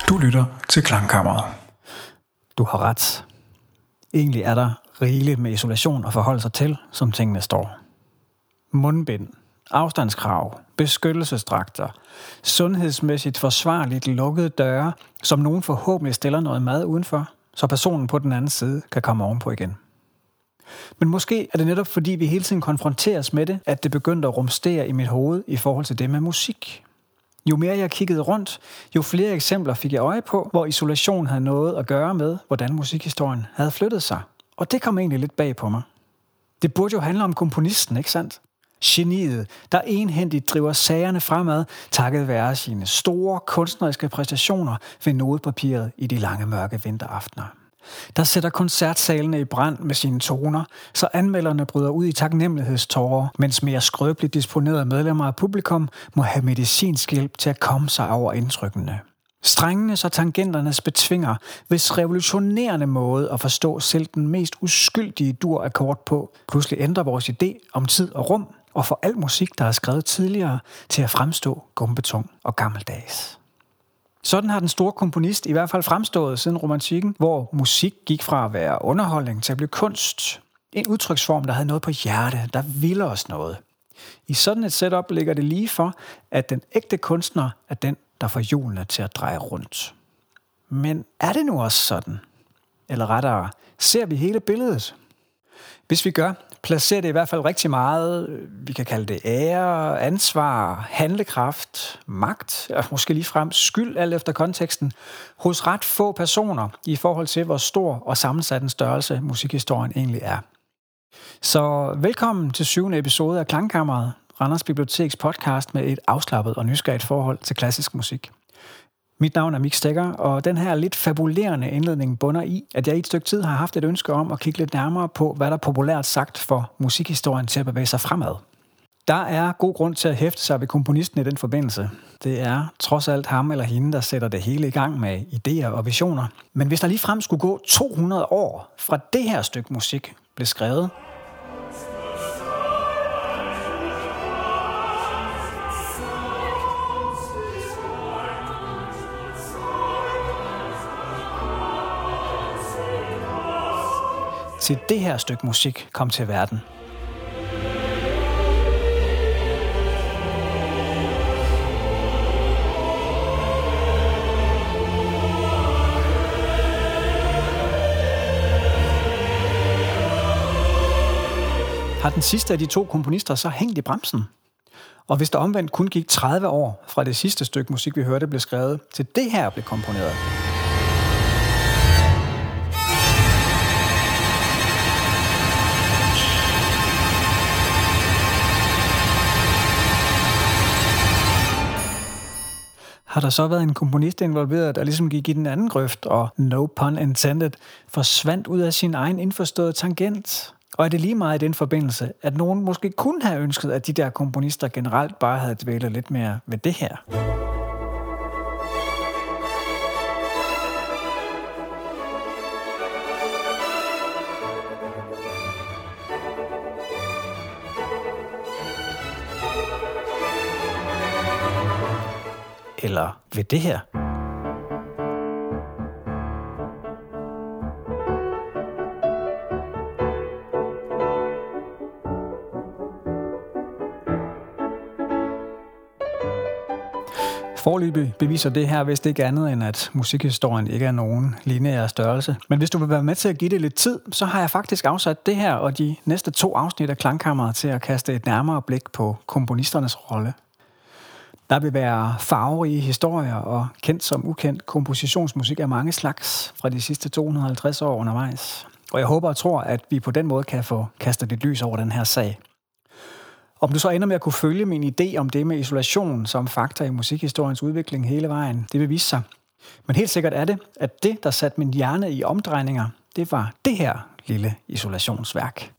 Du lytter til Klangkammeret. Du har ret. Egentlig er der rigeligt med isolation at forholde sig til, som tingene står. Mundbind, afstandskrav, beskyttelsesdragter, sundhedsmæssigt forsvarligt lukkede døre, som nogen forhåbentlig stiller noget mad udenfor, så personen på den anden side kan komme ovenpå igen. Men måske er det netop fordi vi hele tiden konfronteres med det, at det begyndte at rumstere i mit hoved i forhold til det med musik. Jo mere jeg kiggede rundt, jo flere eksempler fik jeg øje på, hvor isolation havde noget at gøre med, hvordan musikhistorien havde flyttet sig. Og det kom egentlig lidt bag på mig. Det burde jo handle om komponisten, ikke sandt? Geniet, der enhændigt driver sagerne fremad, takket være sine store kunstneriske præstationer ved nodepapiret i de lange mørke vinteraftener. Der sætter koncertsalene i brand med sine toner, så anmelderne bryder ud i taknemmelighedstårer, mens mere skrøbeligt disponerede medlemmer af publikum må have medicinsk hjælp til at komme sig over indtrykkene. Strengenes og tangenternes betvinger, hvis revolutionerende måde at forstå selv den mest uskyldige dur-akkord på, pludselig ændrer vores idé om tid og rum, og får al musik, der er skrevet tidligere, til at fremstå gumbetung og gammeldags. Sådan har den store komponist i hvert fald fremstået siden romantikken, hvor musik gik fra at være underholdning til at blive kunst. En udtryksform, der havde noget på hjerte, der ville os noget. I sådan et setup ligger det lige for, at den ægte kunstner er den, der får hjulene til at dreje rundt. Men er det nu også sådan? Eller rettere, ser vi hele billedet? Hvis vi gør, placerer det i hvert fald rigtig meget, vi kan kalde det ære, ansvar, handlekraft, magt, og måske ligefrem skyld, alt efter konteksten, hos ret få personer i forhold til, hvor stor og sammensat en størrelse musikhistorien egentlig er. Så velkommen til 7. episode af Klangkammeret, Randers Biblioteks podcast med et afslappet og nysgerrigt forhold til klassisk musik. Mit navn er Mik Stegger, og den her lidt fabulerende indledning bunder i, at jeg i et stykke tid har haft et ønske om at kigge lidt nærmere på, hvad der populært sagt får musikhistorien til at bevæge sig fremad. Der er god grund til at hæfte sig ved komponisten i den forbindelse. Det er trods alt ham eller hende, der sætter det hele i gang med idéer og visioner. Men hvis der ligefrem skulle gå 200 år fra det her stykke musik blev skrevet, til det her stykke musik kom til verden. Har den sidste af de to komponister så hængt i bremsen? Og hvis der omvendt kun gik 30 år fra det sidste stykke musik, vi hørte, blev skrevet, til det her blev komponeret, har der så været en komponist involveret, der ligesom gik i den anden grøft og, no pun intended, forsvandt ud af sin egen indforståede tangent? Og er det lige meget i den forbindelse, at nogen måske kunne have ønsket, at de der komponister generelt bare havde dvælet lidt mere ved det her? Eller ved det her? Foreløbig beviser det her vist ikke andet end, at musikhistorien ikke er nogen lineær størrelse. Men hvis du vil være med til at give det lidt tid, så har jeg faktisk afsat det her og de næste 2 afsnit af Klangkammeret til at kaste et nærmere blik på komponisternes rolle. Der vil være farverige historier og kendt som ukendt kompositionsmusik af mange slags fra de sidste 250 år undervejs. Og jeg håber og tror, at vi på den måde kan få kastet lidt lys over den her sag. Om du så ender med at kunne følge min idé om det med isolation som faktor i musikhistoriens udvikling hele vejen, det vil vise sig. Men helt sikkert er det, at det, der satte min hjerne i omdrejninger, det var det her lille isolationsværk.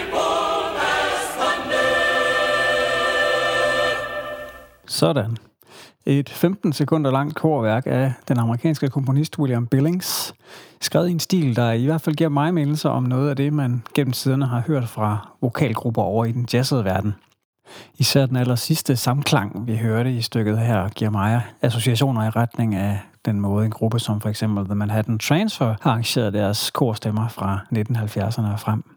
Sådan. Et 15 sekunder langt korværk af den amerikanske komponist William Billings, skrevet i en stil, der i hvert fald giver mig mindelser om noget af det, man gennem tiderne har hørt fra vokalgrupper over i den jazzede verden. Især den aller sidste samklang, vi hørte i stykket her, giver mig associationer i retning af den måde, en gruppe som for eksempel The Manhattan Transfer har arrangeret deres korstemmer fra 1970'erne og frem.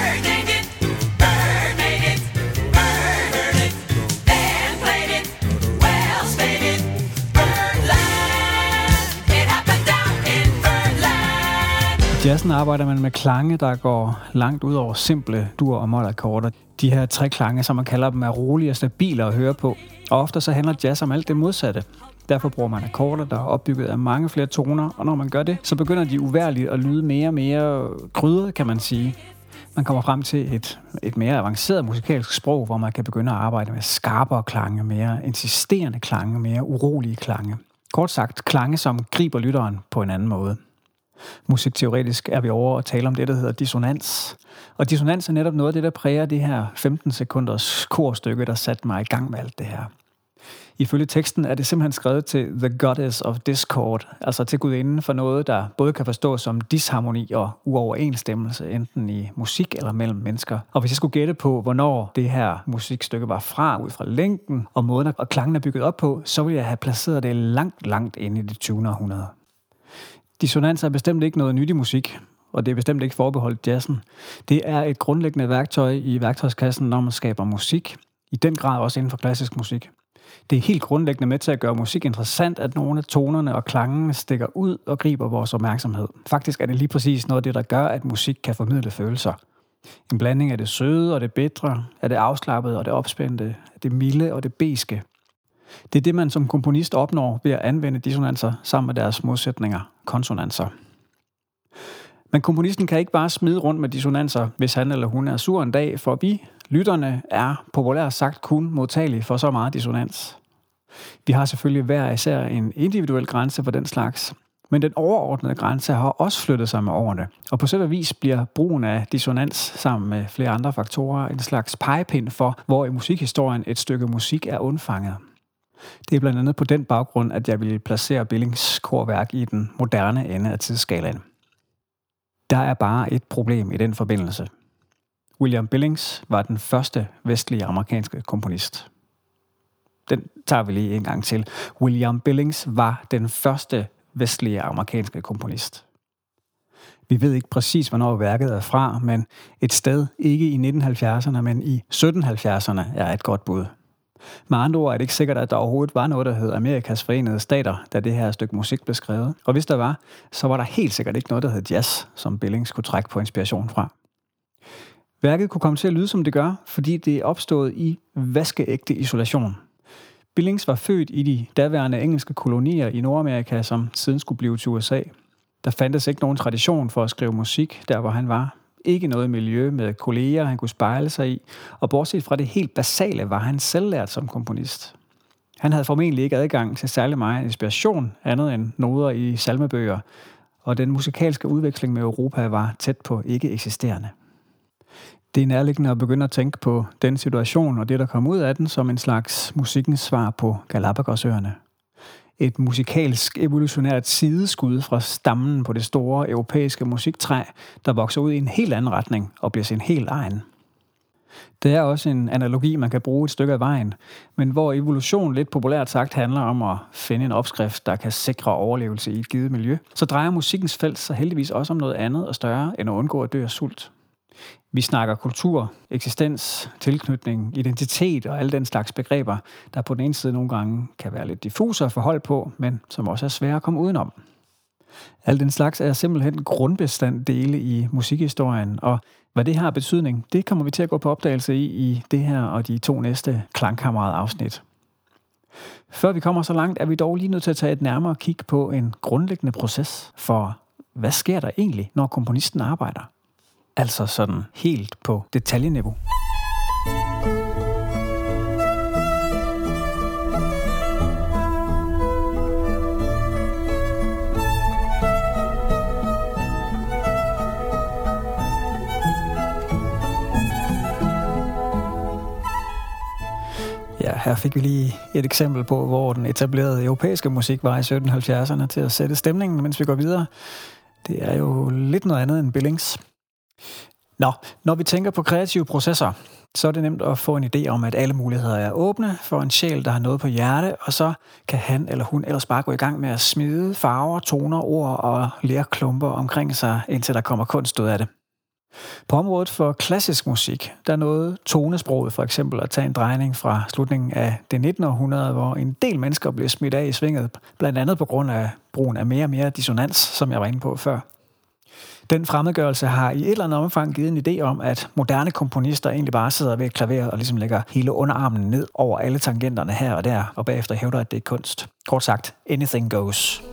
I jazzen arbejder man med klange, der går langt ud over simple dur- og mol-akkorder. De her 3 klange, som man kalder dem, er rolige og stabile at høre på. Og ofte så handler jazz om alt det modsatte. Derfor bruger man akkorder, der er opbygget af mange flere toner, og når man gør det, så begynder de uværligt at lyde mere og mere krydret, kan man sige. Man kommer frem til et mere avanceret musikalsk sprog, hvor man kan begynde at arbejde med skarpere klange, mere insisterende klange, mere urolige klange. Kort sagt, klange, som griber lytteren på en anden måde. Musikteoretisk er vi over at tale om det, der hedder dissonans. Og dissonans er netop noget af det, der præger det her 15 sekunders korstykke, der satte mig i gang med alt det her. Ifølge teksten er det simpelthen skrevet til The Goddess of Discord, altså til gudinden for noget, der både kan forstås som disharmoni og uoverensstemmelse, enten i musik eller mellem mennesker. Og hvis jeg skulle gætte på, hvornår det her musikstykke var fra, ud fra længden og måden, og klangen er bygget op på, så ville jeg have placeret det langt, langt inde i det 20. århundrede. Dissonans er bestemt ikke noget nyt i musik, og det er bestemt ikke forbeholdt jazzen. Det er et grundlæggende værktøj i værktøjskassen, når man skaber musik. I den grad også inden for klassisk musik. Det er helt grundlæggende med til at gøre musik interessant, at nogle af tonerne og klangene stikker ud og griber vores opmærksomhed. Faktisk er det lige præcis noget af det, der gør, at musik kan formidle følelser. En blanding af det søde og det bitre, af det afslappede og det opspændte, af det milde og det beske. Det er det, man som komponist opnår ved at anvende dissonanser sammen med deres modsætninger, konsonanser. Men komponisten kan ikke bare smide rundt med dissonanser, hvis han eller hun er sur en dag, for vi, lytterne, er populært sagt kun modtagelige for så meget dissonans. Vi har selvfølgelig hver især en individuel grænse for den slags, men den overordnede grænse har også flyttet sig med årene. Og på sæt og vis bliver brugen af dissonans sammen med flere andre faktorer en slags pegepind for, hvor i musikhistorien et stykke musik er undfanget. Det er blandt andet på den baggrund, at jeg vil placere Billings korværk i den moderne ende af tidsskalaen. Der er bare et problem i den forbindelse. William Billings var den første vestlige amerikanske komponist. Den tager vi lige en gang til. William Billings var den første vestlige amerikanske komponist. Vi ved ikke præcis, hvornår værket er fra, men et sted ikke i 1970'erne, men i 1770'erne er et godt bud. Med andre ord er det ikke sikkert, at der overhovedet var noget, der hed Amerikas Forenede Stater, da det her stykke musik blev skrevet. Og hvis der var, så var der helt sikkert ikke noget, der hed jazz, som Billings kunne trække på inspiration fra. Værket kunne komme til at lyde, som det gør, fordi det er opstået i vaskeægte isolation. Billings var født i de daværende engelske kolonier i Nordamerika, som siden skulle blive til USA. Der fandtes ikke nogen tradition for at skrive musik, der hvor han var. Ikke noget miljø med kolleger, han kunne spejle sig i, og bortset fra det helt basale var han selvlært som komponist. Han havde formentlig ikke adgang til særlig meget inspiration, andet end noder i salmebøger, og den musikalske udveksling med Europa var tæt på ikke eksisterende. Det er nærliggende at begynde at tænke på den situation og det, der kom ud af den, som en slags musikkens svar på Galapagosøerne. Et musikalsk evolutionært sideskud fra stammen på det store europæiske musiktræ, der vokser ud i en helt anden retning og bliver sin helt egen. Det er også en analogi, man kan bruge et stykke af vejen, men hvor evolution lidt populært sagt handler om at finde en opskrift, der kan sikre overlevelse i et givet miljø, så drejer musikkens felt sig heldigvis også om noget andet og større end at undgå at dø af sult. Vi snakker kultur, eksistens, tilknytning, identitet og alle den slags begreber, der på den ene side nogle gange kan være lidt diffuse at forholde på, men som også er svære at komme udenom. Al den slags er simpelthen grundbestanddele i musikhistorien, og hvad det har betydning, det kommer vi til at gå på opdagelse i det her og de 2 næste klangkammerede afsnit. Før vi kommer så langt, er vi dog lige nødt til at tage et nærmere kig på en grundlæggende proces for, hvad sker der egentlig, når komponisten arbejder? Altså sådan helt på detaljeniveau. Ja, her fik vi lige et eksempel på, hvor den etablerede europæiske musik var i 1770'erne til at sætte stemningen, mens vi går videre. Det er jo lidt noget andet end Billings. Nå, når vi tænker på kreative processer, så er det nemt at få en idé om, at alle muligheder er åbne for en sjæl, der har noget på hjerte, og så kan han eller hun ellers bare gå i gang med at smide farver, toner, ord og lerklumper omkring sig, indtil der kommer kunst ud af det. På området for klassisk musik, der nåede tonesproget for eksempel at tage en drejning fra slutningen af det 19. århundrede, hvor en del mennesker blev smidt af i svinget, blandt andet på grund af brugen af mere og mere dissonans, som jeg var inde på før. Den fremmedgørelse har i et eller andet omfang givet en idé om, at moderne komponister egentlig bare sidder ved et klaver og ligesom lægger hele underarmen ned over alle tangenterne her og der, og bagefter hævder, at det er kunst. Kort sagt, anything goes.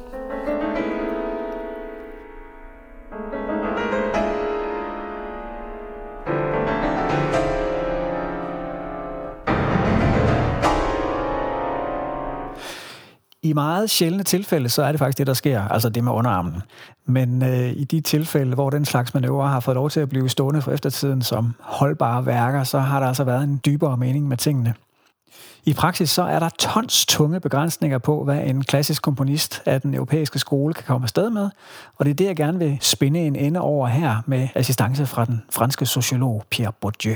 I meget sjældne tilfælde, så er det faktisk det, der sker, altså det med underarmen. Men i de tilfælde, hvor den slags manøvrer har fået lov til at blive stående for eftertiden som holdbare værker, så har der altså været en dybere mening med tingene. I praksis så er der tons tunge begrænsninger på, hvad en klassisk komponist af den europæiske skole kan komme afsted med, og det er det, jeg gerne vil spinde en ende over her med assistance fra den franske sociolog Pierre Bourdieu.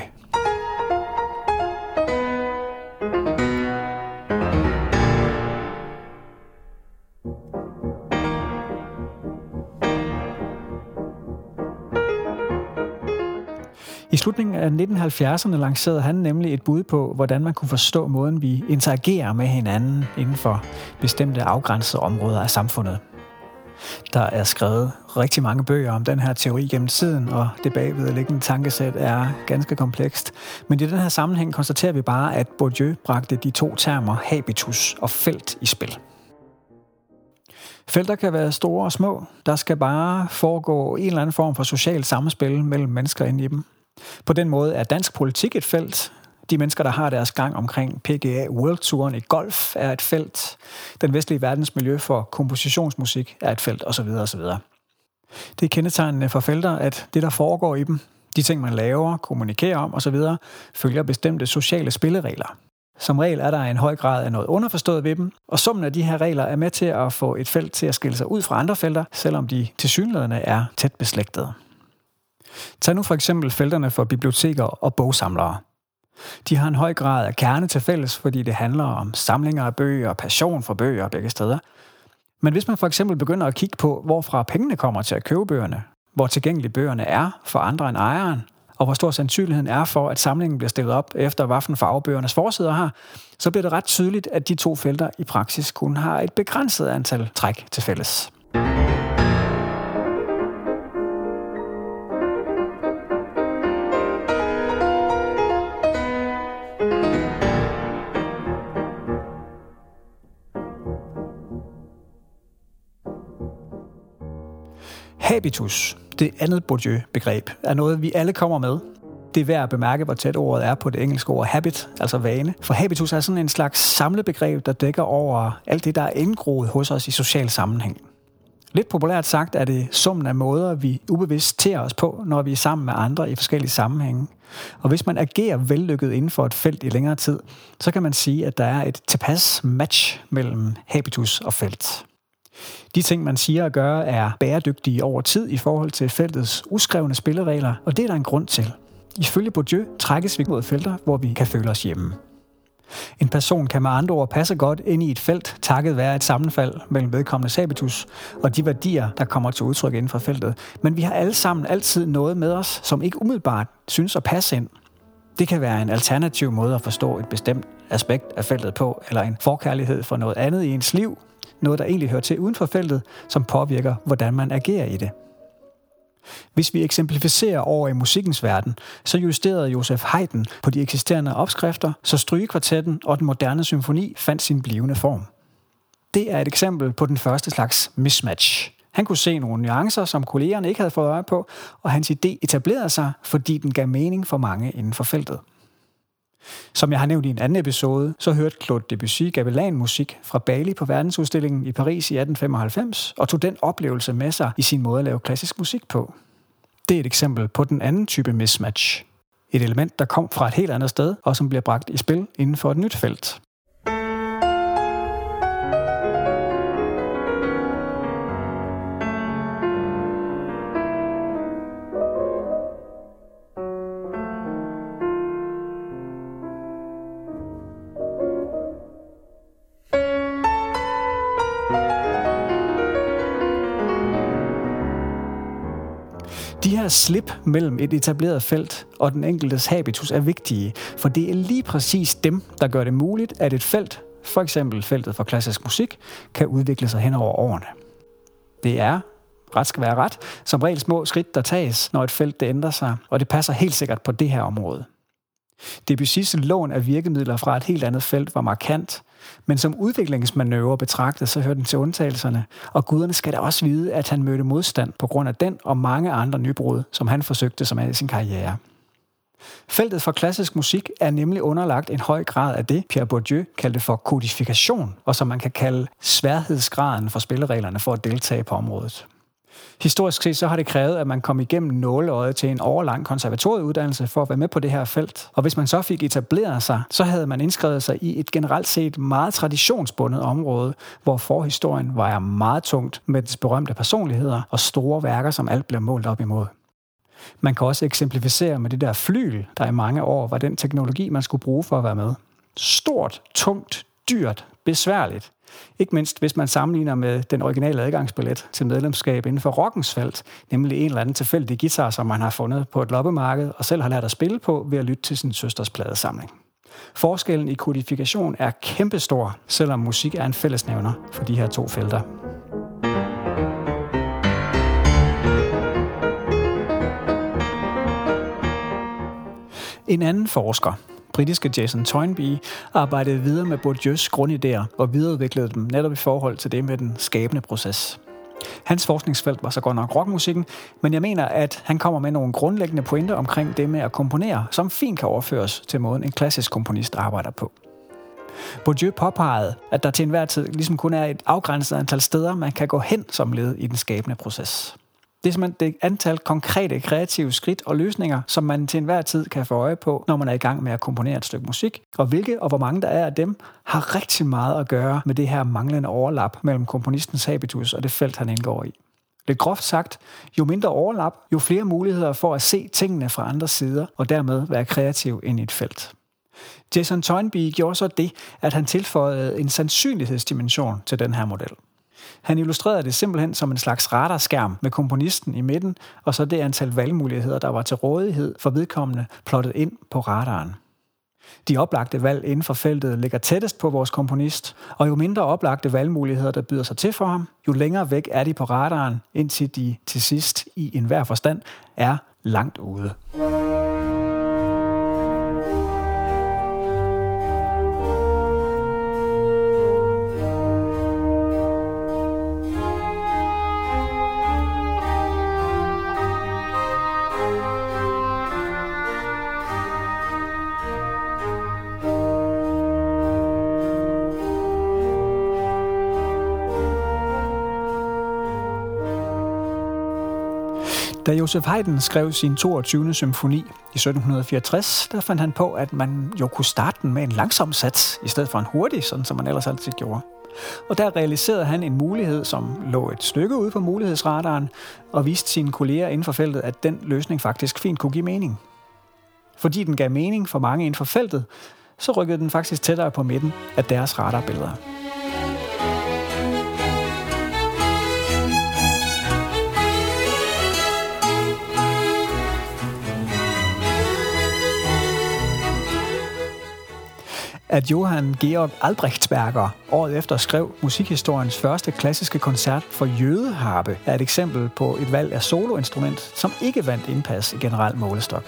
I slutningen af 1970'erne lancerede han nemlig et bud på, hvordan man kunne forstå måden, vi interagerer med hinanden inden for bestemte afgrænsede områder af samfundet. Der er skrevet rigtig mange bøger om den her teori gennem tiden, og det bagvedliggende tankesæt er ganske komplekst. Men i den her sammenhæng konstaterer vi bare, at Bourdieu bragte de to termer habitus og felt i spil. Felter kan være store og små. Der skal bare foregå en eller anden form for socialt samspil mellem mennesker inde i dem. På den måde er dansk politik et felt. De mennesker, der har deres gang omkring PGA World-turen i golf, er et felt. Den vestlige verdens miljø for kompositionsmusik er et felt, osv. osv. Det er kendetegnende for felter, at det, der foregår i dem, de ting, man laver, kommunikerer om osv., følger bestemte sociale spilleregler. Som regel er der en høj grad af noget underforstået ved dem, og summen af de her regler er med til at få et felt til at skille sig ud fra andre felter, selvom de tilsyneladende er tæt beslægtede. Tag nu for eksempel felterne for biblioteker og bogsamlere. De har en høj grad af kerne til fælles, fordi det handler om samlinger af bøger og passion for bøger begge steder. Men hvis man for eksempel begynder at kigge på, hvorfra pengene kommer til at købe bøgerne, hvor tilgængelige bøgerne er for andre end ejeren, og hvor stor sandsynligheden er for, at samlingen bliver stillet op efter hvilken farve bøgernes forsider har, så bliver det ret tydeligt, at de to felter i praksis kun har et begrænset antal træk til fælles. Habitus, det andet Bourdieu-begreb, er noget, vi alle kommer med. Det er værd at bemærke, hvor tæt ordet er på det engelske ord habit, altså vane. For habitus er sådan en slags samlebegreb, der dækker over alt det, der er indgroet hos os i social sammenhæng. Lidt populært sagt er det summen af måder, vi ubevidst ter os på, når vi er sammen med andre i forskellige sammenhænge. Og hvis man agerer vellykket inden for et felt i længere tid, så kan man sige, at der er et tilpas match mellem habitus og felt. De ting, man siger og gør, er bæredygtige over tid i forhold til feltets uskrevne spilleregler, og det er der en grund til. Ifølge Bourdieu trækkes vi mod felter, hvor vi kan føle os hjemme. En person kan med andre ord passe godt ind i et felt, takket være et sammenfald mellem vedkommendes habitus og de værdier, der kommer til udtryk inden for feltet. Men vi har alle sammen altid noget med os, som ikke umiddelbart synes at passe ind. Det kan være en alternativ måde at forstå et bestemt aspekt af feltet på, eller en forkærlighed for noget andet i ens liv, noget der egentlig hører til uden for feltet, som påvirker, hvordan man agerer i det. Hvis vi eksemplificerer over i musikkens verden, så justerede Joseph Haydn på de eksisterende opskrifter, så strygekvartetten og den moderne symfoni fandt sin blivende form. Det er et eksempel på den første slags mismatch. Han kunne se nogle nuancer, som kollegerne ikke havde fået øje på, og hans idé etablerede sig, fordi den gav mening for mange inden for feltet. Som jeg har nævnt i en anden episode, så hørte Claude Debussy gamelan-musik fra Bali på verdensudstillingen i Paris i 1895 og tog den oplevelse med sig i sin måde at lave klassisk musik på. Det er et eksempel på den anden type mismatch. Et element, der kom fra et helt andet sted, og som bliver bragt i spil inden for et nyt felt. De her slip mellem et etableret felt og den enkeltes habitus er vigtige, for det er lige præcis dem, der gør det muligt, at et felt, for eksempel feltet for klassisk musik, kan udvikle sig hen over årene. Det er, ret skal være ret, som regel små skridt, der tages, når et felt det ændrer sig, og det passer helt sikkert på det her område. Debussys lån af virkemidler fra et helt andet felt var markant, men som udviklingsmanøvre betragtet, så hører den til undtagelserne, og guderne skal da også vide, at han mødte modstand på grund af den og mange andre nybrud, som han forsøgte som af sin karriere. Feltet for klassisk musik er nemlig underlagt en høj grad af det, Pierre Bourdieu kaldte for kodifikation, og som man kan kalde sværhedsgraden for spillereglerne for at deltage på området. Historisk set så har det krævet, at man kom igennem nåleøjet til en årelang konservatorieuddannelse for at være med på det her felt. Og hvis man så fik etableret sig, så havde man indskrevet sig i et generelt set meget traditionsbundet område, hvor forhistorien vejer meget tungt med dets berømte personligheder og store værker, som alt bliver målt op imod. Man kan også eksemplificere med det der flyl, der i mange år var den teknologi, man skulle bruge for at være med. Stort, tungt, dyrt, besværligt. Ikke mindst, hvis man sammenligner med den originale adgangsbillet til medlemskab inden for rockens felt, nemlig en eller anden tilfældig guitar, som man har fundet på et loppemarked og selv har lært at spille på ved at lytte til sin søsters pladesamling. Forskellen i kodifikation er kæmpestor, selvom musik er en fællesnævner for de her to felter. En anden forsker, britiske Jason Toynbee, arbejdede videre med Bourdieus grundidéer og videreudviklede dem netop i forhold til det med den skabende proces. Hans forskningsfelt var så godt nok rockmusikken, men jeg mener, at han kommer med nogle grundlæggende pointer omkring det med at komponere, som fint kan overføres til måden en klassisk komponist arbejder på. Bourdieu påpegede, at der til enhver tid ligesom kun er et afgrænset antal steder, man kan gå hen som led i den skabende proces. Det er simpelthen det antal konkrete, kreative skridt og løsninger, som man til enhver tid kan få øje på, når man er i gang med at komponere et stykke musik. Og hvilke og hvor mange der er af dem, har rigtig meget at gøre med det her manglende overlap mellem komponistens habitus og det felt, han indgår i. Lidt groft sagt, jo mindre overlap, jo flere muligheder for at se tingene fra andre sider, og dermed være kreativ ind i et felt. Jason Toynbee gjorde så det, at han tilføjede en sandsynlighedsdimension til den her model. Han illustrerede det simpelthen som en slags radarskærm med komponisten i midten, og så det antal valgmuligheder, der var til rådighed for vedkommende, plottet ind på radaren. De oplagte valg inden for feltet ligger tættest på vores komponist, og jo mindre oplagte valgmuligheder, der byder sig til for ham, jo længere væk er de på radaren, indtil de til sidst i enhver forstand er langt ude. Da Joseph Haydn skrev sin 22. symfoni i 1764, der fandt han på, at man jo kunne starte den med en langsom sats, i stedet for en hurtig, sådan som man ellers altid gjorde. Og der realiserede han en mulighed, som lå et stykke ude på mulighedsradaren, og viste sine kolleger inden for feltet, at den løsning faktisk fint kunne give mening. Fordi den gav mening for mange inden for feltet, så rykkede den faktisk tættere på midten af deres radarbilleder. At Johann Georg Albrechtsberger året efter skrev musikhistoriens første klassiske koncert for jødeharpe, er et eksempel på et valg af soloinstrument, som ikke vandt indpas i generel målestok.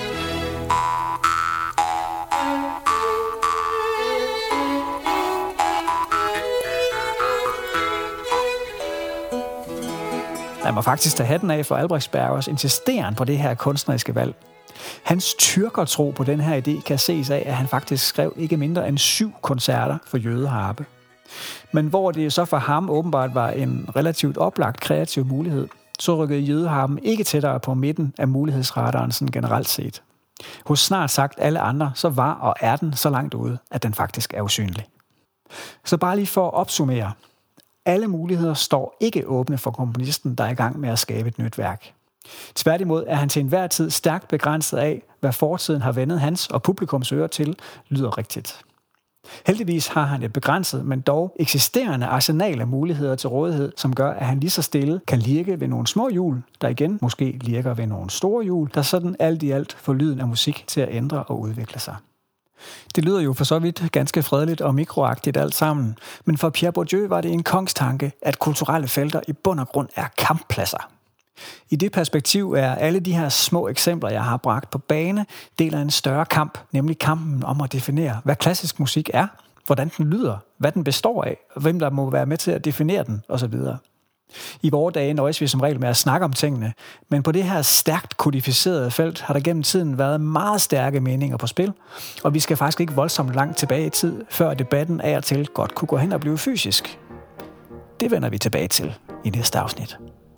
Man må faktisk tage hatten af for Albrechtsbergers insisteren på det her kunstneriske valg. Hans tyrkertro på den her idé kan ses af, at han faktisk skrev ikke mindre end 7 koncerter for jødeharpe. Men hvor det så for ham åbenbart var en relativt oplagt kreativ mulighed, så rykkede jødeharpen ikke tættere på midten af mulighedsradaren sådan generelt set. Hos snart sagt alle andre, så var og er den så langt ude, at den faktisk er usynlig. Så bare lige for at opsummere. Alle muligheder står ikke åbne for komponisten, der er i gang med at skabe et nyt værk. Tværtimod er han til enhver tid stærkt begrænset af, hvad fortiden har vendet hans og publikums ører til, lyder rigtigt. Heldigvis har han et begrænset, men dog eksisterende arsenal af muligheder til rådighed, som gør, at han lige så stille kan lirke ved nogle små hjul, der igen måske lirker ved nogle store hjul, der sådan alt i alt får lyden af musik til at ændre og udvikle sig. Det lyder jo for så vidt ganske fredeligt og mikroagtigt alt sammen, men for Pierre Bourdieu var det en kongstanke, at kulturelle felter i bund og grund er kamppladser. I det perspektiv er alle de her små eksempler, jeg har bragt på bane, del af en større kamp, nemlig kampen om at definere, hvad klassisk musik er, hvordan den lyder, hvad den består af, og hvem der må være med til at definere den, osv. I vore dage nøjes vi som regel med at snakke om tingene, men på det her stærkt kodificerede felt har der gennem tiden været meget stærke meninger på spil, og vi skal faktisk ikke voldsomt langt tilbage i tid, før debatten af og til godt kunne gå hen og blive fysisk. Det vender vi tilbage til i næste afsnit.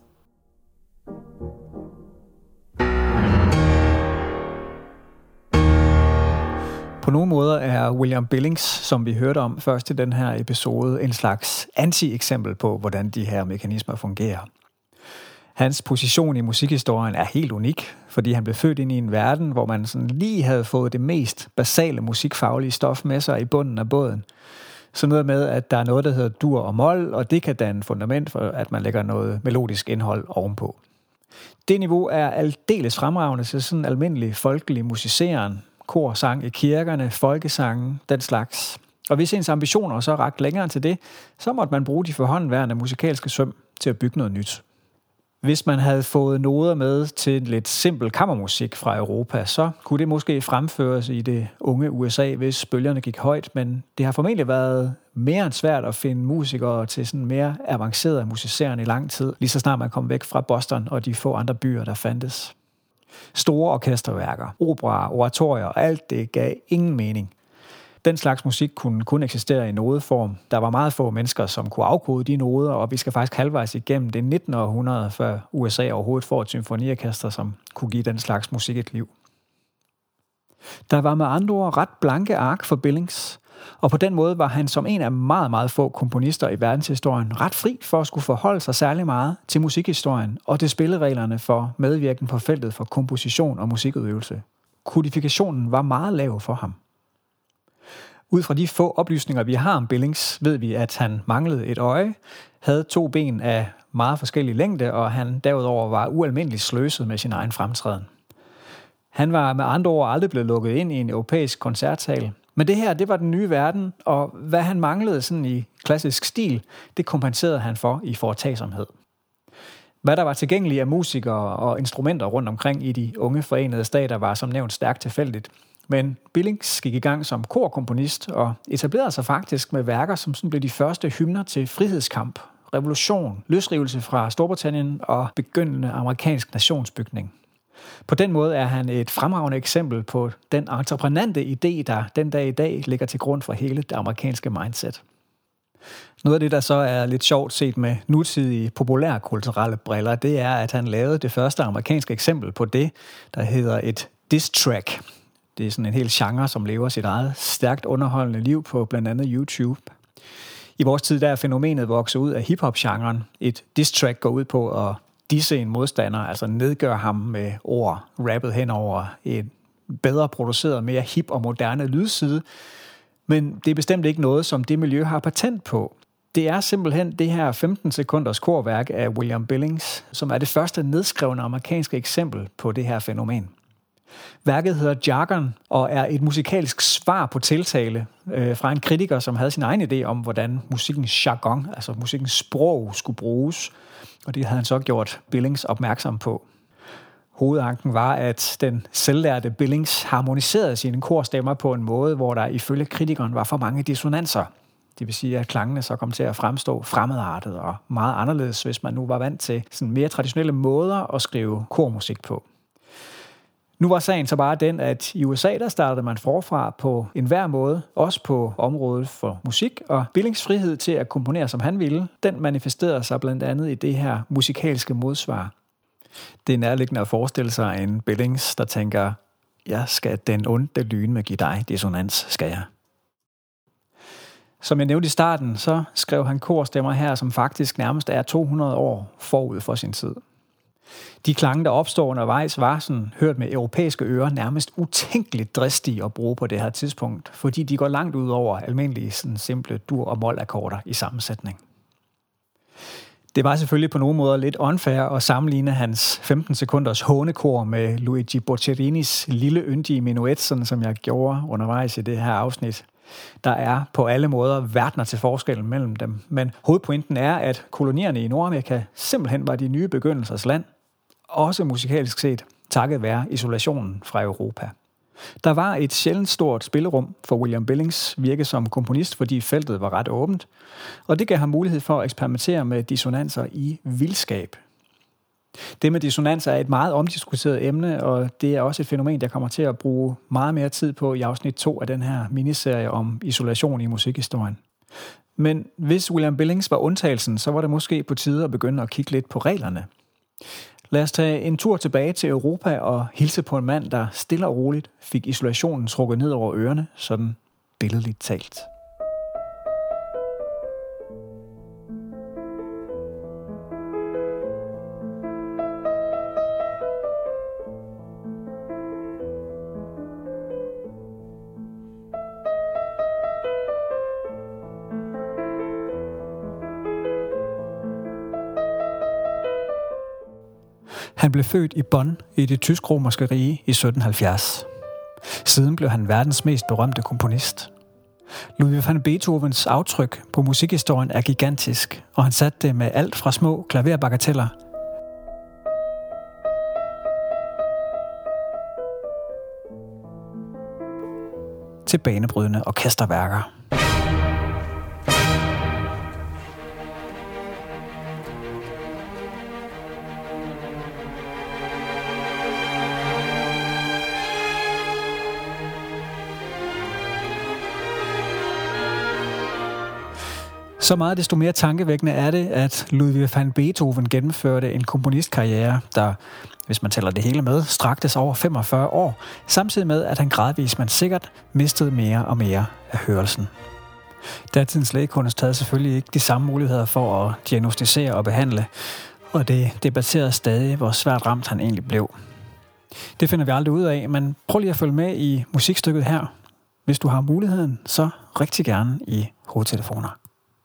På nogle måder er William Billings, som vi hørte om først i den her episode, en slags anti-eksempel på, hvordan de her mekanismer fungerer. Hans position i musikhistorien er helt unik, fordi han blev født ind i en verden, hvor man sådan lige havde fået det mest basale musikfaglige stof med sig i bunden af båden. Så noget med, at der er noget, der hedder dur og mol, og det kan danne fundament for, at man lægger noget melodisk indhold ovenpå. Det niveau er aldeles fremragende til sådan en almindelig folkelig musiceren, korsang i kirkerne, folkesange, den slags. Og hvis ens ambitioner så rakte længere til det, så måtte man bruge de forhåndenværende musikalske søm til at bygge noget nyt. Hvis man havde fået noder med til lidt simpel kammermusik fra Europa, så kunne det måske fremføres i det unge USA, hvis bølgerne gik højt, men det har formentlig været mere end svært at finde musikere til sådan mere avancerede musicerende i lang tid, lige så snart man kom væk fra Boston og de få andre byer, der fandtes. Store orkesterværker, operaer, oratorier og alt det gav ingen mening. Den slags musik kunne kun eksistere i nodeform. Der var meget få mennesker, som kunne afkode de noder, og vi skal faktisk halvvejs igennem det 19. århundrede, før USA overhovedet får et symfoniorkester, som kunne give den slags musik et liv. Der var med andre ord ret blanke ark for Billings, og på den måde var han som en af meget, meget få komponister i verdenshistorien ret fri for at skulle forholde sig særlig meget til musikhistorien og til spillereglerne for medvirken på feltet for komposition og musikudøvelse. Kodifikationen var meget lav for ham. Ud fra de få oplysninger, vi har om Billings, ved vi, at han manglede et øje, havde 2 ben af meget forskellig længde, og han derudover var ualmindeligt sløset med sin egen fremtræden. Han var med andre ord aldrig blevet lukket ind i en europæisk koncertsal, men det her, det var den nye verden, og hvad han manglede sådan i klassisk stil, det kompenserede han for i foretagsomhed. Hvad der var tilgængeligt af musikere og instrumenter rundt omkring i de unge forenede stater, var som nævnt stærkt tilfældigt. Men Billings gik i gang som korkomponist og etablerede sig faktisk med værker, som sådan blev de første hymner til frihedskamp, revolution, løsrivelse fra Storbritannien og begyndende amerikansk nationsbygning. På den måde er han et fremragende eksempel på den entreprenante idé, der den dag i dag ligger til grund for hele det amerikanske mindset. Noget af det, der så er lidt sjovt set med nutidige populærkulturelle briller, det er, at han lavede det første amerikanske eksempel på det, der hedder et diss track. Det er sådan en hel genre, som lever sit eget stærkt underholdende liv på blandt andet YouTube. I vores tid der er fænomenet vokset ud af hiphop-genren. Et diss track går ud på at disse en modstander, altså nedgøre ham med ord, rappet hen over en bedre produceret, mere hip og moderne lydside. Men det er bestemt ikke noget, som det miljø har patent på. Det er simpelthen det her 15 sekunders korværk af William Billings, som er det første nedskrevne amerikanske eksempel på det her fænomen. Værket hedder Jargon og er et musikalsk svar på tiltale fra en kritiker, som havde sin egen idé om, hvordan musikkens jargon, altså musikkens sprog, skulle bruges. Og det havde han så gjort Billings opmærksom på. Hovedanken var, at den selvlærte Billings harmoniserede sine korstemmer på en måde, hvor der ifølge kritikeren var for mange dissonanser. Det vil sige, at klangene så kom til at fremstå fremmedartet og meget anderledes, hvis man nu var vant til sådan mere traditionelle måder at skrive kormusik på. Nu var sagen så bare den, at i USA der startede man forfra på enhver måde, også på området for musik, og Billings frihed til at komponere som han ville, den manifesterede sig blandt andet i det her musikalske modsvar. Det er nærliggende at forestille sig en Billings, der tænker, Jeg skal den onde lyn med give dig dissonans, skal jeg. Som jeg nævnte i starten, så skrev han korstemmer her, som faktisk nærmest er 200 år forud for sin tid. De klange, der opstår undervejs, var sådan, hørt med europæiske ører, nærmest utænkeligt dristige at bruge på det her tidspunkt, fordi de går langt ud over almindelige sådan simple dur- og mol-akkorder i sammensætning. Det var selvfølgelig på nogle måder lidt unfair at sammenligne hans 15 sekunders hånekor med Luigi Boccherinis lille yndige menuet, sådan som jeg gjorde undervejs i det her afsnit. Der er på alle måder verdener til forskellen mellem dem, men hovedpointen er, at kolonierne i Nordamerika simpelthen var de nye begyndelsers land, også musikalsk set, takket være isolationen fra Europa. Der var et sjældent stort spillerum for William Billings virke som komponist, fordi feltet var ret åbent, og det gav ham mulighed for at eksperimentere med dissonanser i vildskab. Det med dissonanser er et meget omdiskuteret emne, og det er også et fænomen, jeg kommer til at bruge meget mere tid på i afsnit 2 af den her miniserie om isolation i musikhistorien. Men hvis William Billings var undtagelsen, så var det måske på tide at begynde at kigge lidt på reglerne. Lad os tage en tur tilbage til Europa og hilse på en mand, der stille og roligt fik isolationen trukket ned over ørerne, sådan billedligt talt. Han blev født i Bonn i det tysk-romerske rige i 1770. Siden blev han verdens mest berømte komponist. Ludwig van Beethovens aftryk på musikhistorien er gigantisk, og han satte det med alt fra små klaverbagateller til banebrydende orkesterværker. Så meget desto mere tankevækkende er det, at Ludwig van Beethoven gennemførte en komponistkarriere, der, hvis man tæller det hele med, straktes over 45 år, samtidig med, at han gradvist, men sikkert, mistede mere og mere af hørelsen. Datidens lægekunst havde selvfølgelig ikke de samme muligheder for at diagnostisere og behandle, og det debatterede stadig, hvor svært ramt han egentlig blev. Det finder vi aldrig ud af, men prøv lige at følge med i musikstykket her. Hvis du har muligheden, så rigtig gerne i hovedtelefoner.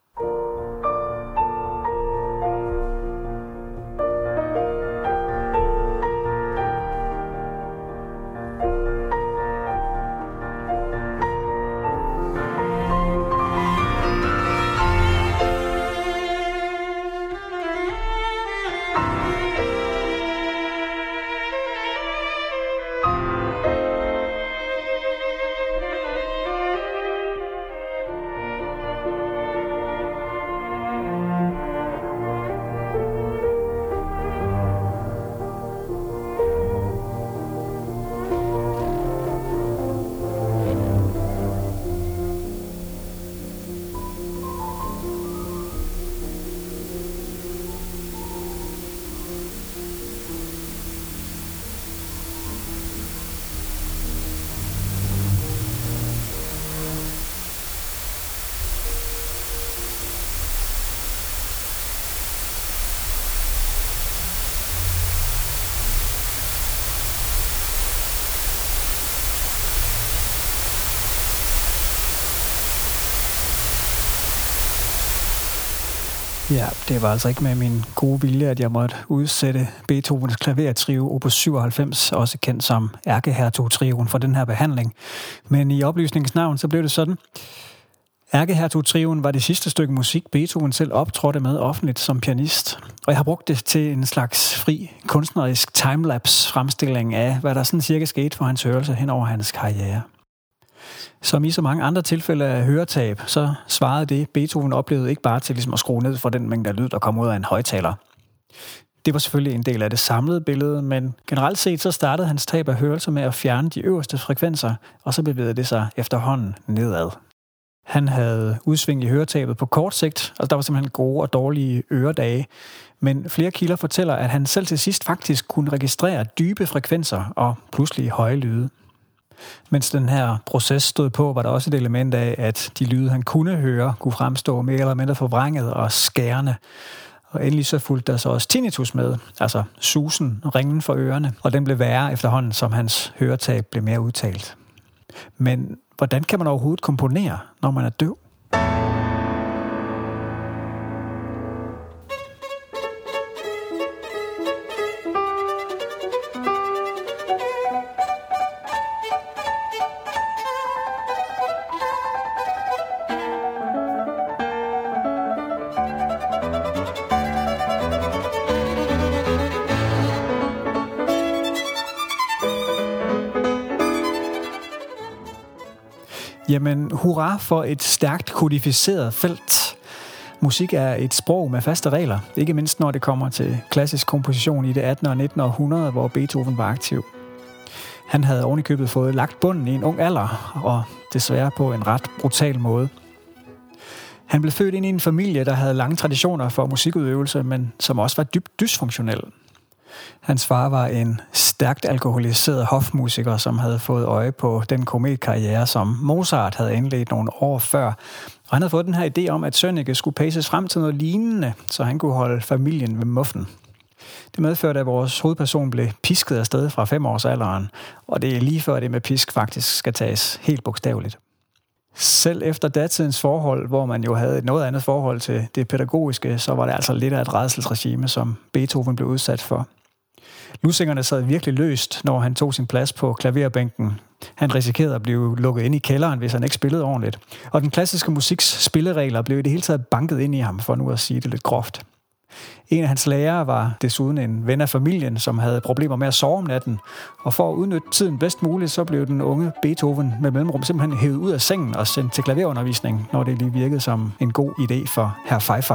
Ja, det var altså ikke med min gode vilje, at jeg måtte udsætte Beethovens klavertrio opus 97, også kendt som Ærkehertug-trioen, for den her behandling. Men i oplysningens navn, så blev det sådan. Ærkehertug-trioen var det sidste stykke musik, Beethoven selv optrådte med offentligt som pianist. Og jeg har brugt det til en slags fri, kunstnerisk timelapse fremstilling af, hvad der sådan cirka skete for hans hørelse hen over hans karriere. Som i så mange andre tilfælde af høretab, så svarede det, Beethoven oplevede ikke bare til ligesom at skrue ned for den mængde lyd, der kom ud af en højttaler. Det var selvfølgelig en del af det samlede billede, men generelt set så startede hans tab af hørelse med at fjerne de øverste frekvenser, og så bevægede det sig efterhånden nedad. Han havde udsving i høretabet på kort sigt, og der var simpelthen gode og dårlige øredage, men flere kilder fortæller, at han selv til sidst faktisk kunne registrere dybe frekvenser og pludselig høje lyde. Mens den her proces stod på, var der også et element af, at de lyde, han kunne høre, kunne fremstå mere eller mindre forvrænget og skærende. Og endelig så fulgte der så også tinnitus med, altså susen og ringen for ørerne, og den blev værre efterhånden, som hans høretab blev mere udtalt. Men hvordan kan man overhovedet komponere, når man er døv? Jamen, hurra for et stærkt kodificeret felt. Musik er et sprog med faste regler, ikke mindst når det kommer til klassisk komposition i det 18. og 19. århundrede, hvor Beethoven var aktiv. Han havde ovenikøbet fået lagt bunden i en ung alder, og desværre på en ret brutal måde. Han blev født ind i en familie, der havde lange traditioner for musikudøvelse, men som også var dybt dysfunktionel. Hans far var en stærkt alkoholiseret hofmusiker, som havde fået øje på den kometkarriere, som Mozart havde indledt nogle år før. Og han havde fået den her idé om, at Sønneke skulle paces frem til noget lignende, så han kunne holde familien ved muffen. Det medførte, at vores hovedperson blev pisket afsted fra 5-årsalderen, og det er lige før det med pisk faktisk skal tages helt bogstaveligt. Selv efter datidens forhold, hvor man jo havde et noget andet forhold til det pædagogiske, så var det altså lidt af et rædselsregime, som Beethoven blev udsat for. Lussingerne sad virkelig løst, når han tog sin plads på klaverbænken. Han risikerede at blive lukket ind i kælderen, hvis han ikke spillede ordentligt. Og den klassiske musiks spilleregler blev i det hele taget banket ind i ham, for nu at sige det lidt groft. En af hans lærere var desuden en ven af familien, som havde problemer med at sove om natten. Og for at udnytte tiden bedst muligt, så blev den unge Beethoven med mellemrum simpelthen hævet ud af sengen og sendt til klaverundervisning, når det lige virkede som en god idé for herr Pfeiffer.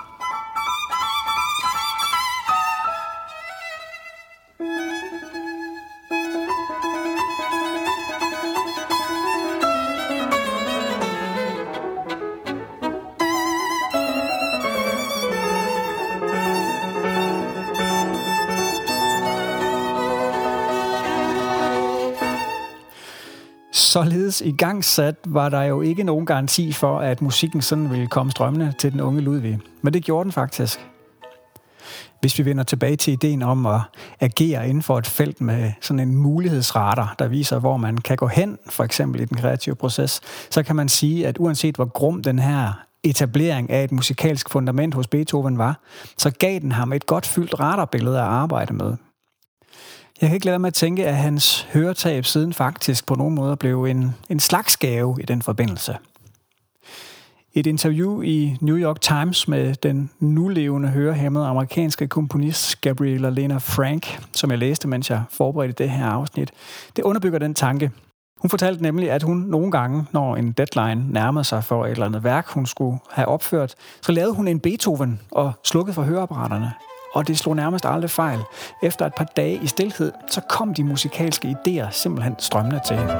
Således i gang sat var der jo ikke nogen garanti for, at musikken sådan ville komme strømmende til den unge Ludwig. Men det gjorde den faktisk. Hvis vi vender tilbage til ideen om at agere inden for et felt med sådan en mulighedsradar, der viser, hvor man kan gå hen, for eksempel i den kreative proces, så kan man sige, at uanset hvor grum den her etablering af et musikalsk fundament hos Beethoven var, så gav den ham et godt fyldt radarbillede at arbejde med. Jeg kan ikke lade være med at tænke, at hans høretab siden faktisk på nogen måde blev en slags gave i den forbindelse. Et interview i New York Times med den nulevende hørehæmmede amerikanske komponist Gabriella Lena Frank, som jeg læste, mens jeg forberedte det her afsnit, det underbygger den tanke. Hun fortalte nemlig, at hun nogle gange, når en deadline nærmede sig for et eller andet værk, hun skulle have opført, så lavede hun en Beethoven og slukkede for høreapparaterne. Og det slog nærmest aldrig fejl. Efter et par dage i stilhed, så kom de musikalske idéer simpelthen strømmende til hende.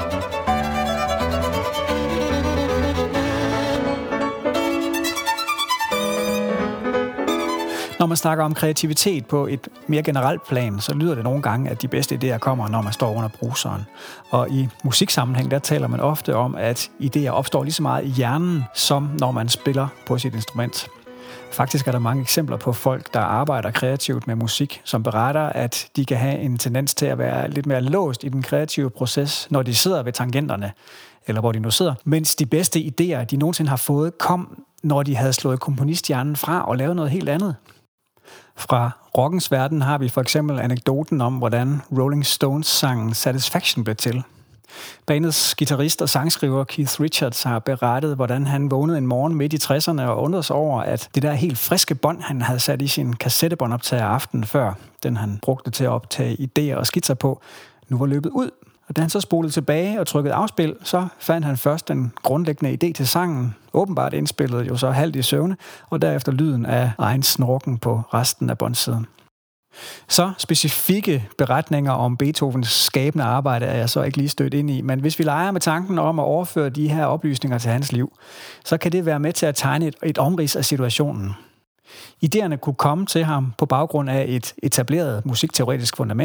Når man snakker om kreativitet på et mere generelt plan, så lyder det nogle gange, at de bedste idéer kommer, når man står under bruseren. Og i musiksammenhæng, der taler man ofte om, at idéer opstår lige så meget i hjernen, som når man spiller på sit instrument. Faktisk er der mange eksempler på folk, der arbejder kreativt med musik, som beretter, at de kan have en tendens til at være lidt mere låst i den kreative proces, når de sidder ved tangenterne, eller hvor de nu sidder. Mens de bedste idéer, de nogensinde har fået, kom, når de havde slået komponisthjernen fra og lavet noget helt andet. Fra rockens verden har vi for eksempel anekdoten om, hvordan Rolling Stones sangen Satisfaction blev til. Bandets guitarist og sangskriver Keith Richards har berettet, hvordan han vågnede en morgen midt i 60'erne og undrede sig over, at det der helt friske bånd, han havde sat i sin kassettebåndoptager aftenen før, den han brugte til at optage idéer og skitser på, nu var løbet ud. Og da han så spolede tilbage og trykkede afspil, så fandt han først den grundlæggende idé til sangen, åbenbart indspillet jo så halvt i søvne, og derefter lyden af egen snorken på resten af båndsiden. Så specifikke beretninger om Beethovens skabende arbejde er jeg så ikke lige stødt ind i, men hvis vi leger med tanken om at overføre de her oplysninger til hans liv, så kan det være med til at tegne et omrids af situationen. Idéerne kunne komme til ham på baggrund af et etableret musikteoretisk fundament,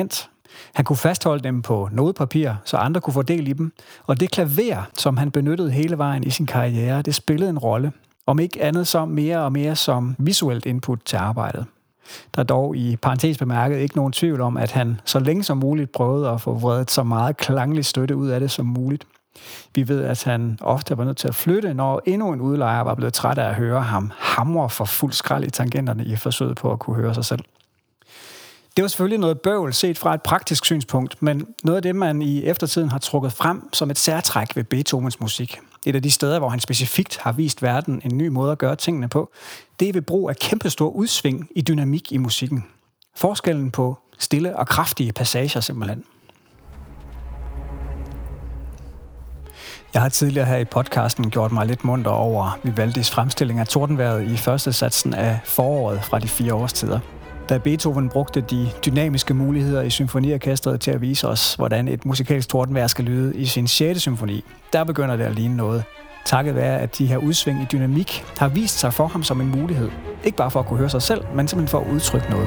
Han kunne fastholde dem på notepapir, så andre kunne få del i dem. Og det klaver, som han benyttede hele vejen i sin karriere, det spillede en rolle. Om ikke andet så mere og mere som visuelt input til arbejdet. Der er dog i parentes bemærket ikke nogen tvivl om, at han så længe som muligt prøvede at få vredet så meget klanglig støtte ud af det som muligt. Vi ved, at han ofte var nødt til at flytte, når endnu en udlejer var blevet træt af at høre ham hamre for fuld skrald i tangenterne i forsøget på at kunne høre sig selv. Det var selvfølgelig noget bøvl set fra et praktisk synspunkt, men noget af det, man i eftertiden har trukket frem som et særtræk ved Beethovens musik. Et af de steder, hvor han specifikt har vist verden en ny måde at gøre tingene på, det er ved brug af kæmpestor udsving i dynamik i musikken. Forskellen på stille og kraftige passager simpelthen. Jeg har tidligere her i podcasten gjort mig lidt munter over Vivaldis fremstilling af tordenvejret i første satsen af foråret fra de 4 årstider. Da Beethoven brugte de dynamiske muligheder i symfoniorkestret til at vise os, hvordan et musikalsk tordenvejr skal lyde i sin 6. symfoni, der begynder det at ligne noget. Takket være, at de her udsving i dynamik har vist sig for ham som en mulighed. Ikke bare for at kunne høre sig selv, men simpelthen for at udtrykke noget.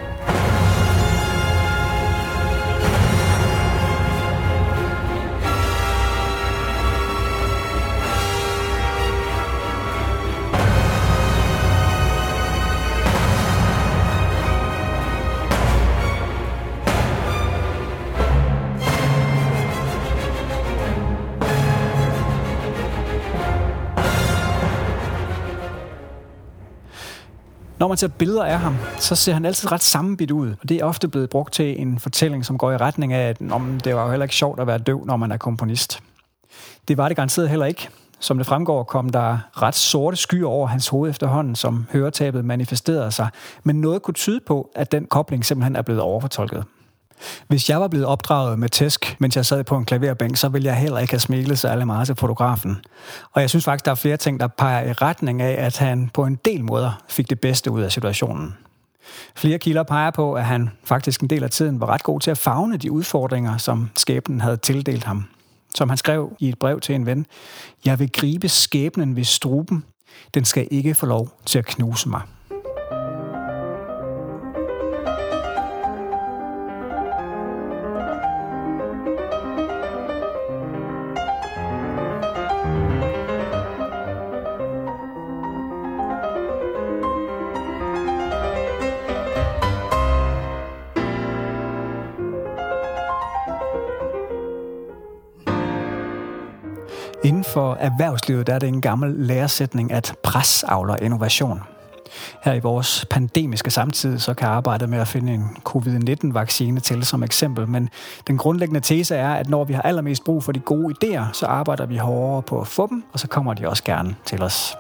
Når man ser billeder af ham, så ser han altid ret sammenbidt ud, og det er ofte blevet brugt til en fortælling, som går i retning af, at det var jo heller ikke sjovt at være døv, når man er komponist. Det var det garanteret heller ikke. Som det fremgår, kom der ret sorte skyer over hans hoved efterhånden, som høretabet manifesterede sig, men noget kunne tyde på, at den kobling simpelthen er blevet overfortolket. Hvis jeg var blevet opdraget med tæsk, mens jeg sad på en klaverbænk, så ville jeg heller ikke have smilet særlig meget til fotografen. Og jeg synes faktisk, der er flere ting, der peger i retning af, at han på en del måder fik det bedste ud af situationen. Flere kilder peger på, at han faktisk en del af tiden var ret god til at favne de udfordringer, som skæbnen havde tildelt ham. Som han skrev i et brev til en ven: "Jeg vil gribe skæbnen ved struben. Den skal ikke få lov til at knuse mig." Inden for erhvervslivet der er det en gammel læresætning, at pres avler innovation. Her i vores pandemiske samtid, så kan arbejdet med at finde en covid-19-vaccine til som eksempel, men den grundlæggende tese er, at når vi har allermest brug for de gode idéer, så arbejder vi hårdere på at få dem, og så kommer de også gerne til os.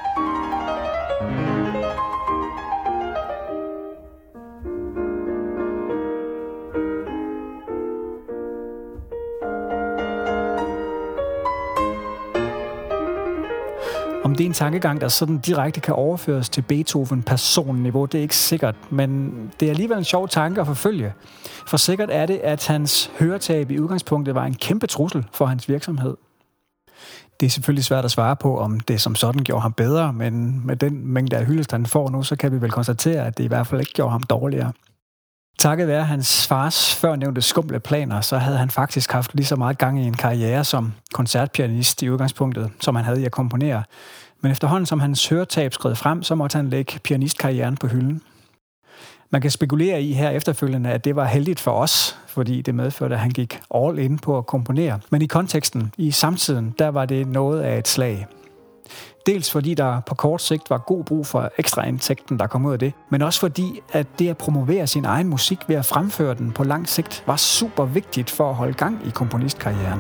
Om det er en tankegang, der sådan direkte kan overføres til Beethoven-personniveau, det er ikke sikkert, men det er alligevel en sjov tanke at forfølge. For sikkert er det, at hans høretab i udgangspunktet var en kæmpe trussel for hans virksomhed. Det er selvfølgelig svært at svare på, om det som sådan gjorde ham bedre, men med den mængde af hyldest, han får nu, så kan vi vel konstatere, at det i hvert fald ikke gjorde ham dårligere. Takket være hans fars førnævnte skumle planer, så havde han faktisk haft lige så meget gang i en karriere som koncertpianist i udgangspunktet, som han havde i at komponere. Men efterhånden som hans høretab skred frem, så måtte han lægge pianistkarrieren på hylden. Man kan spekulere i her efterfølgende, at det var heldigt for os, fordi det medførte, at han gik all in på at komponere. Men i konteksten, i samtiden, der var det noget af et slag. Dels fordi der på kort sigt var god brug for ekstra indtægten, der kom ud af det, men også fordi, at det at promovere sin egen musik ved at fremføre den på lang sigt, var super vigtigt for at holde gang i komponistkarrieren.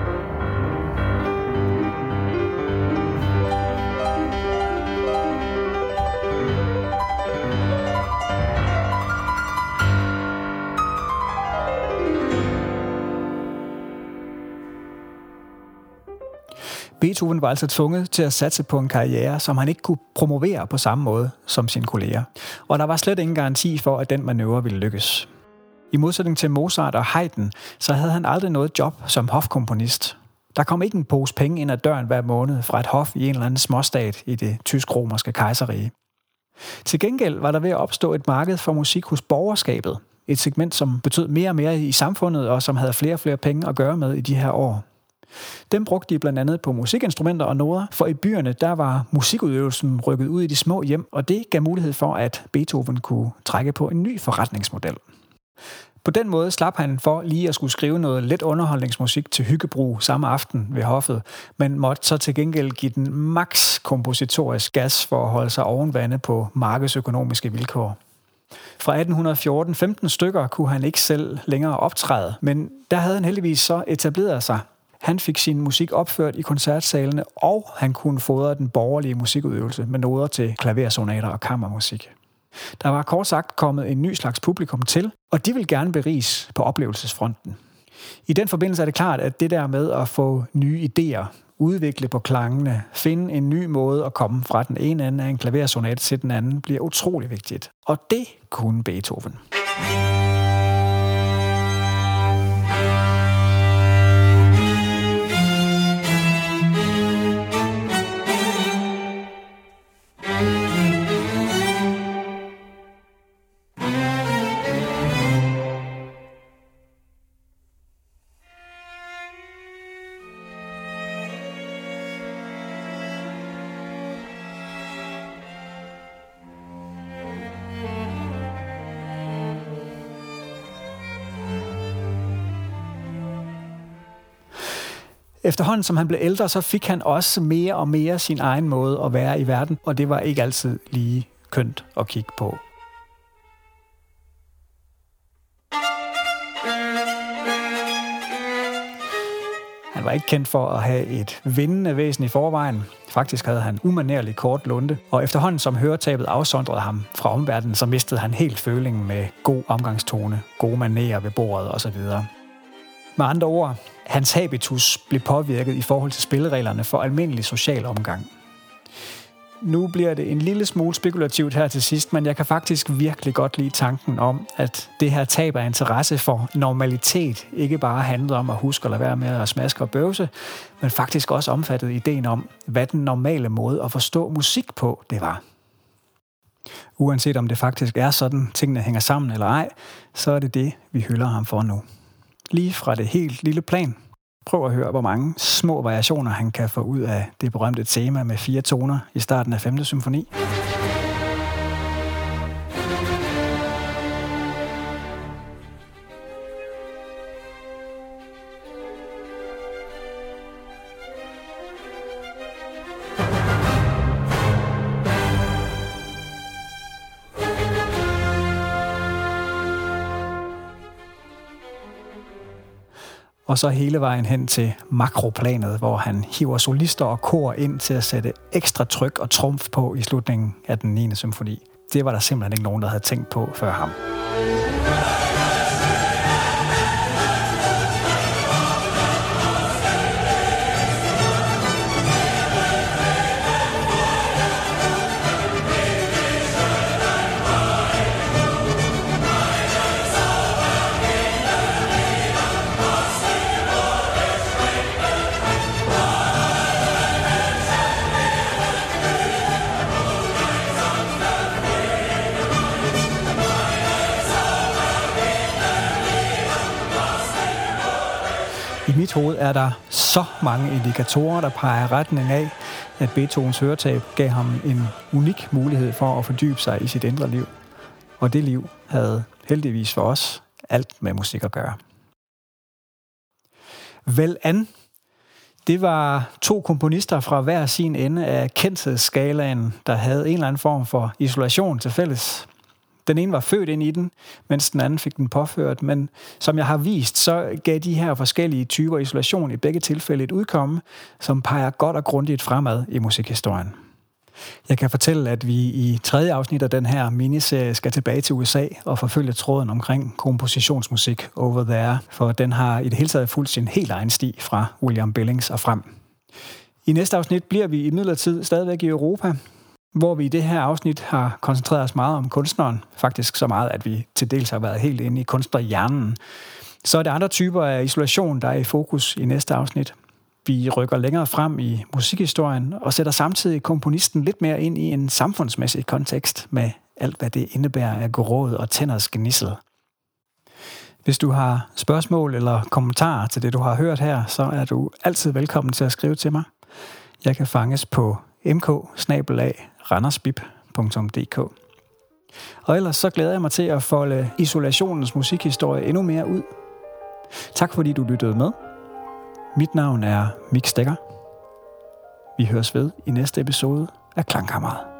Beethoven var altså tvunget til at satse på en karriere, som han ikke kunne promovere på samme måde som sine kolleger. Og der var slet ingen garanti for, at den manøvre ville lykkes. I modsætning til Mozart og Haydn, så havde han aldrig noget job som hofkomponist. Der kom ikke en pose penge ind ad døren hver måned fra et hof i en eller anden småstat i det tysk-romerske kejserrige. Til gengæld var der ved at opstå et marked for musik hos borgerskabet, Et segment, som betød mere og mere i samfundet, og som havde flere og flere penge at gøre med i de her år. Dem brugte de blandt andet på musikinstrumenter og noder, for i byerne der var musikudøvelsen rykket ud i de små hjem, og det gav mulighed for, at Beethoven kunne trække på en ny forretningsmodel. På den måde slap han for lige at skulle skrive noget let underholdningsmusik til hyggebrug samme aften ved hoffet, men måtte så til gengæld give den max kompositorisk gas for at holde sig ovenvande på markedsøkonomiske vilkår. Fra 1814, 15 stykker, kunne han ikke selv længere optræde, men der havde han heldigvis så etableret sig. Han fik sin musik opført i koncertsalene, og han kunne fodre den borgerlige musikudøvelse med noder til klaversonater og kammermusik. Der var kort sagt kommet en ny slags publikum til, og de vil gerne beriges på oplevelsesfronten. I den forbindelse er det klart, at det der med at få nye idéer, udvikle på klangene, finde en ny måde at komme fra den ene ende af en klaversonate til den anden, bliver utrolig vigtigt. Og det kunne Beethoven. Efterhånden som han blev ældre, så fik han også mere og mere sin egen måde at være i verden, og det var ikke altid lige kønt at kigge på. Han var ikke kendt for at have et vindende væsen i forvejen. Faktisk havde han umanerlig kort lunte, og efterhånden som høretabet afsondrede ham fra omverdenen, så mistede han helt følingen med god omgangstone, gode manerer ved bordet osv. Med andre ord, hans habitus blev påvirket i forhold til spillereglerne for almindelig social omgang. Nu bliver det en lille smule spekulativt her til sidst, men jeg kan faktisk virkelig godt lide tanken om, at det her tab af interesse for normalitet ikke bare handlede om at huske at lade være med at smaske og bøvse, men faktisk også omfattede ideen om, hvad den normale måde at forstå musik på det var. Uanset om det faktisk er sådan, tingene hænger sammen eller ej, så er det det, vi hylder ham for nu. Lige fra det helt lille plan. Prøv at høre, hvor mange små variationer han kan få ud af det berømte tema med 4 toner i starten af 5. symfoni. Og så hele vejen hen til makroplanet, hvor han hiver solister og kor ind til at sætte ekstra tryk og trumf på i slutningen af den 9. symfoni. Det var der simpelthen ikke nogen, der havde tænkt på før ham. I mit hoved er der så mange indikatorer, der peger retning af, at Beethovens høretab gav ham en unik mulighed for at fordybe sig i sit indre liv. Og det liv havde heldigvis for os alt med musik at gøre. Vel an. Det var 2 komponister fra hver sin ende af kendthedsskalaen, der havde en eller anden form for isolation til fælles. Den ene var født ind i den, mens den anden fik den påført, men som jeg har vist, så gav de her forskellige typer isolation i begge tilfælde et udkomme, som peger godt og grundigt fremad i musikhistorien. Jeg kan fortælle, at vi i 3. afsnit af den her miniserie skal tilbage til USA og forfølge tråden omkring kompositionsmusik over there, for den har i det hele taget fulgt sin helt egen sti fra William Billings og frem. I næste afsnit bliver vi imidlertid stadigvæk i Europa, hvor vi i det her afsnit har koncentreret os meget om kunstneren, faktisk så meget, at vi til dels har været helt inde i kunstnerhjernen. Så er det andre typer af isolation, der er i fokus i næste afsnit. Vi rykker længere frem i musikhistorien og sætter samtidig komponisten lidt mere ind i en samfundsmæssig kontekst med alt, hvad det indebærer af gråd og tænders gnissel. Hvis du har spørgsmål eller kommentarer til det, du har hørt her, så er du altid velkommen til at skrive til mig. Jeg kan fanges på mk@randersbib.dk. Og ellers så glæder jeg mig til at folde isolationens musikhistorie endnu mere ud. Tak fordi du lyttede med. Mit navn er Mik Stegger. Vi høres ved i næste episode af Klangkammeret.